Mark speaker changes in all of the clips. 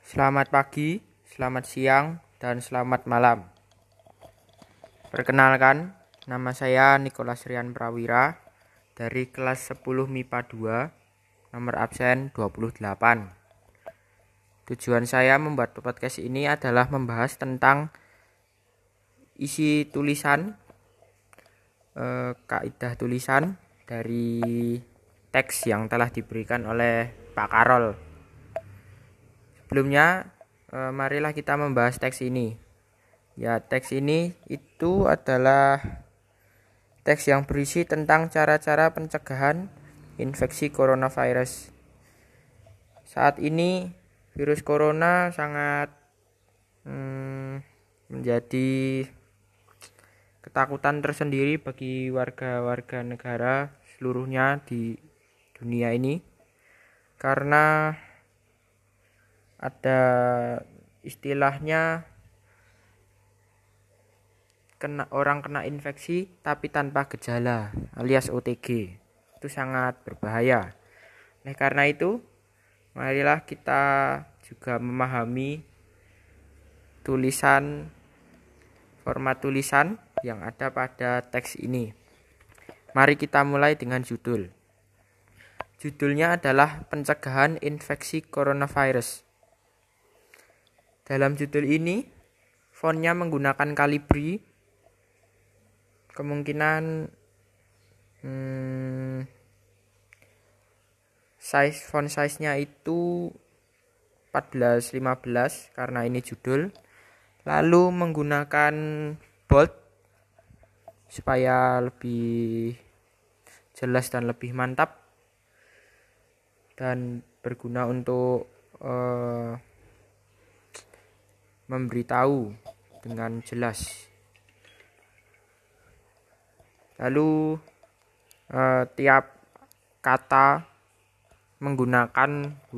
Speaker 1: Selamat pagi, selamat siang, dan selamat malam. Perkenalkan, nama saya Nicholas Rian Prawira dari kelas 10 MIPA 2, nomor absen 28. Tujuan saya membuat podcast ini adalah membahas tentang isi tulisan, kaidah tulisan dari teks yang telah diberikan oleh Pak Karol. Sebelumnya, marilah kita membahas teks ini. Ya, teks ini itu adalah teks yang berisi tentang cara-cara pencegahan infeksi coronavirus. Saat ini virus corona sangat menjadi ketakutan tersendiri bagi warga-warga negara seluruhnya di dunia ini, karena ada istilahnya orang kena infeksi tapi tanpa gejala alias OTG. Itu sangat berbahaya. Nah, karena itu marilah kita juga memahami format tulisan yang ada pada teks ini. Mari kita mulai dengan judul. Judulnya adalah pencegahan infeksi coronavirus. Dalam judul ini, fontnya menggunakan Calibri. Kemungkinan font size-nya itu 14-15 karena ini judul. Lalu menggunakan bold supaya lebih jelas dan lebih mantap dan berguna untuk memberitahu dengan jelas. Lalu tiap kata menggunakan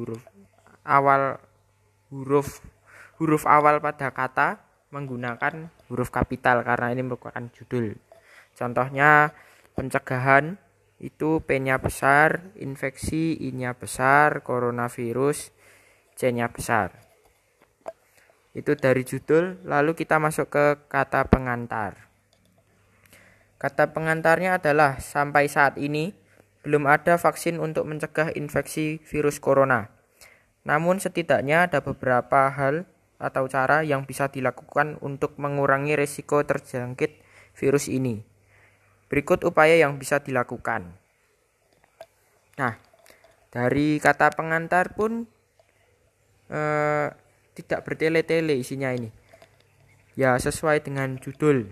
Speaker 1: huruf awal pada kata menggunakan huruf kapital karena ini merupakan judul. Contohnya pencegahan itu P-nya besar, infeksi I-nya besar, coronavirus C-nya besar. Itu dari judul. Lalu kita masuk ke kata pengantar. Kata pengantarnya adalah sampai saat ini belum ada vaksin untuk mencegah infeksi virus corona. Namun setidaknya ada beberapa hal atau cara yang bisa dilakukan untuk mengurangi risiko terjangkit virus ini. Berikut upaya yang bisa dilakukan. Nah, dari kata pengantar pun tidak bertele-tele isinya ini. Ya, sesuai dengan judul.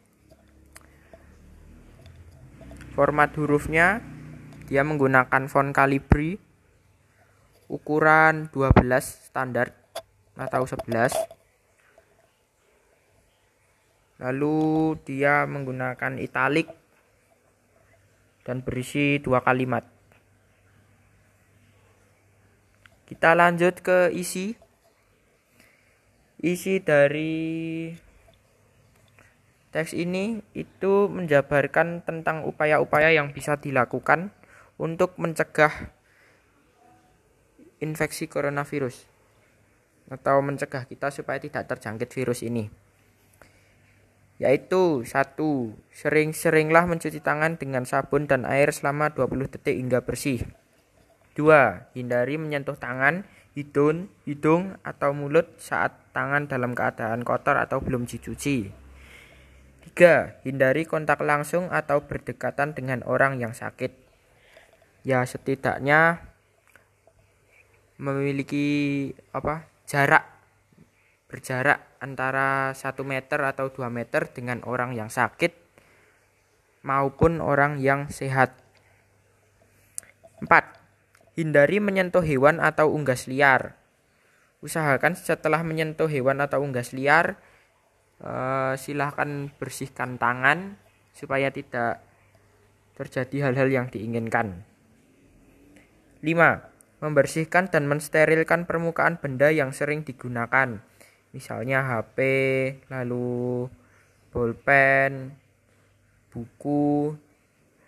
Speaker 1: Format hurufnya dia menggunakan font Calibri ukuran 12 standar atau 11. Lalu dia menggunakan italik dan berisi 2 kalimat. Kita lanjut ke isi. Isi dari teks ini itu menjabarkan tentang upaya-upaya yang bisa dilakukan untuk mencegah infeksi coronavirus atau mencegah kita supaya tidak terjangkit virus ini. Yaitu 1. Sering-seringlah mencuci tangan dengan sabun dan air selama 20 detik hingga bersih. 2. Hindari menyentuh tangan, hidung atau mulut saat tangan dalam keadaan kotor atau belum dicuci. 3. Hindari kontak langsung atau berdekatan dengan orang yang sakit. Ya, setidaknya memiliki berjarak antara 1 meter atau 2 meter dengan orang yang sakit maupun orang yang sehat. 4. Hindari menyentuh hewan atau unggas liar. Usahakan setelah menyentuh hewan atau unggas liar, silahkan bersihkan tangan supaya tidak terjadi hal-hal yang diinginkan. 5. Membersihkan dan mensterilkan permukaan benda yang sering digunakan. Misalnya HP, lalu bolpen, buku,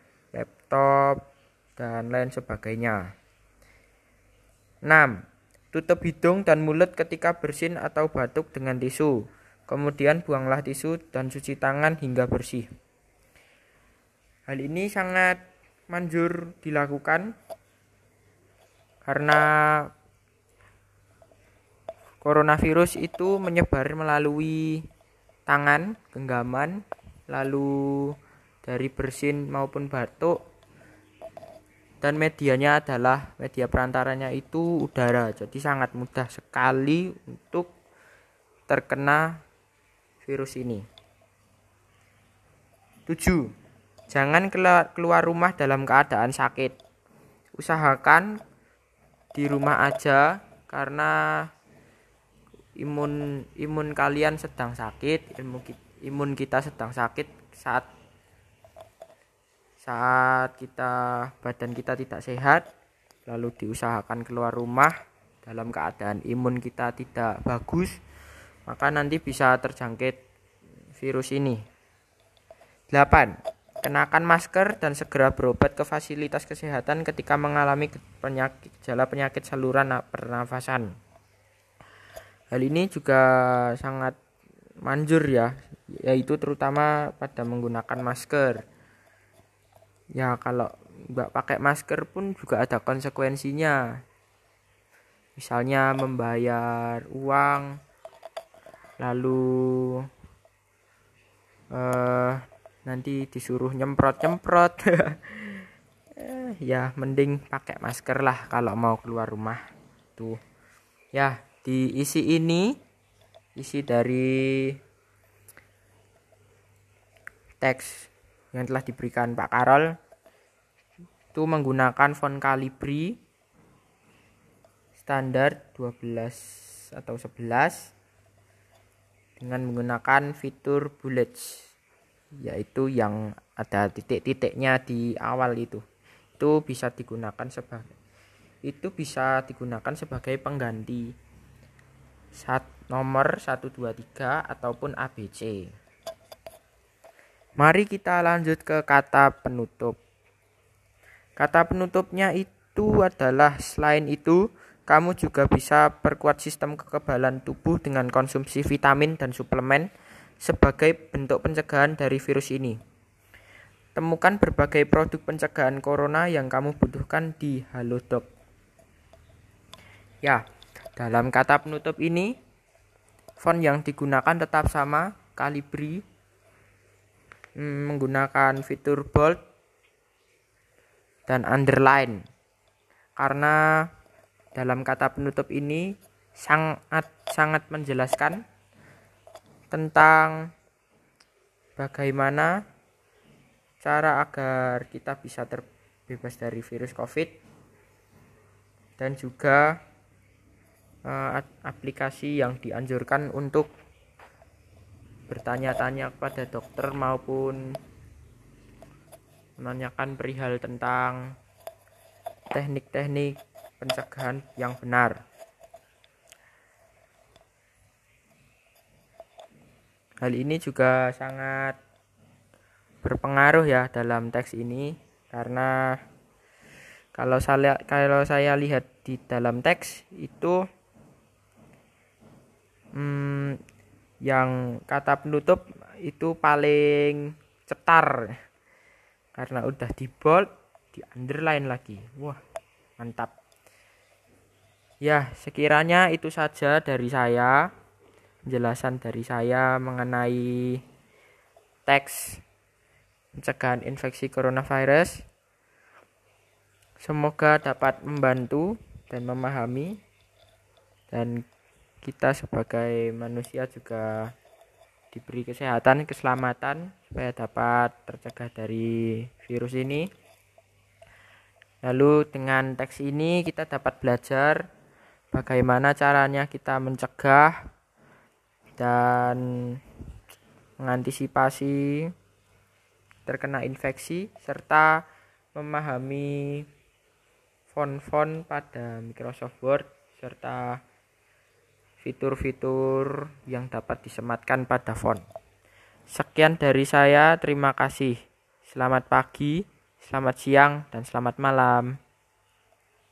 Speaker 1: laptop, dan lain sebagainya. 6. Tutup hidung dan mulut ketika bersin atau batuk dengan tisu. Kemudian buanglah tisu dan cuci tangan hingga bersih. Hal ini sangat manjur dilakukan karena coronavirus itu menyebar melalui tangan, genggaman, lalu dari bersin maupun batuk, dan medianya adalah media perantaranya itu udara. Jadi sangat mudah sekali untuk terkena virus ini. 7. Jangan keluar rumah dalam keadaan sakit. Usahakan di rumah aja karena imun kalian sedang sakit, imun kita sedang sakit saat badan kita tidak sehat, lalu diusahakan keluar rumah dalam keadaan imun kita tidak bagus, maka nanti bisa terjangkit virus ini. 8. Kenakan masker dan segera berobat ke fasilitas kesehatan ketika mengalami gejala penyakit saluran pernafasan. Hal ini juga sangat manjur ya, yaitu terutama pada menggunakan masker. Ya, kalau nggak pakai masker pun juga ada konsekuensinya. Misalnya membayar uang, lalu nanti disuruh nyemprot-nyemprot. Ya, mending pakai masker lah kalau mau keluar rumah. Tuh. Ya, isi dari teks yang telah diberikan Pak Karol itu menggunakan font Calibri standar 12 atau 11 dengan menggunakan fitur bullets, yaitu yang ada titik-titiknya di awal itu bisa digunakan sebagai pengganti nomor 123 ataupun ABC. Mari kita lanjut ke kata penutup. Kata penutupnya itu adalah, selain itu, kamu juga bisa perkuat sistem kekebalan tubuh dengan konsumsi vitamin dan suplemen sebagai bentuk pencegahan dari virus ini. Temukan berbagai produk pencegahan corona yang kamu butuhkan di Halodoc. Ya, dalam kata penutup ini, font yang digunakan tetap sama, Calibri, menggunakan fitur bold dan underline, karena dalam kata penutup ini sangat menjelaskan tentang bagaimana cara agar kita bisa terbebas dari virus COVID, dan juga aplikasi yang dianjurkan untuk bertanya-tanya kepada dokter maupun menanyakan perihal tentang teknik-teknik pencegahan yang benar. Hal ini juga sangat berpengaruh ya dalam teks ini, karena kalau saya lihat di dalam teks itu yang kata penutup itu paling cetar karena udah di bold, di underline lagi. Wah, mantap. Ya, sekiranya itu saja dari saya, penjelasan dari saya mengenai teks pencegahan infeksi coronavirus. Semoga dapat membantu dan memahami, dan kita sebagai manusia juga diberi kesehatan, keselamatan supaya dapat tercegah dari virus ini. Lalu dengan teks ini kita dapat belajar bagaimana caranya kita mencegah dan mengantisipasi terkena infeksi, serta memahami font-font pada Microsoft Word serta fitur-fitur yang dapat disematkan pada font. Sekian dari saya, terima kasih. Selamat pagi, selamat siang, dan selamat malam.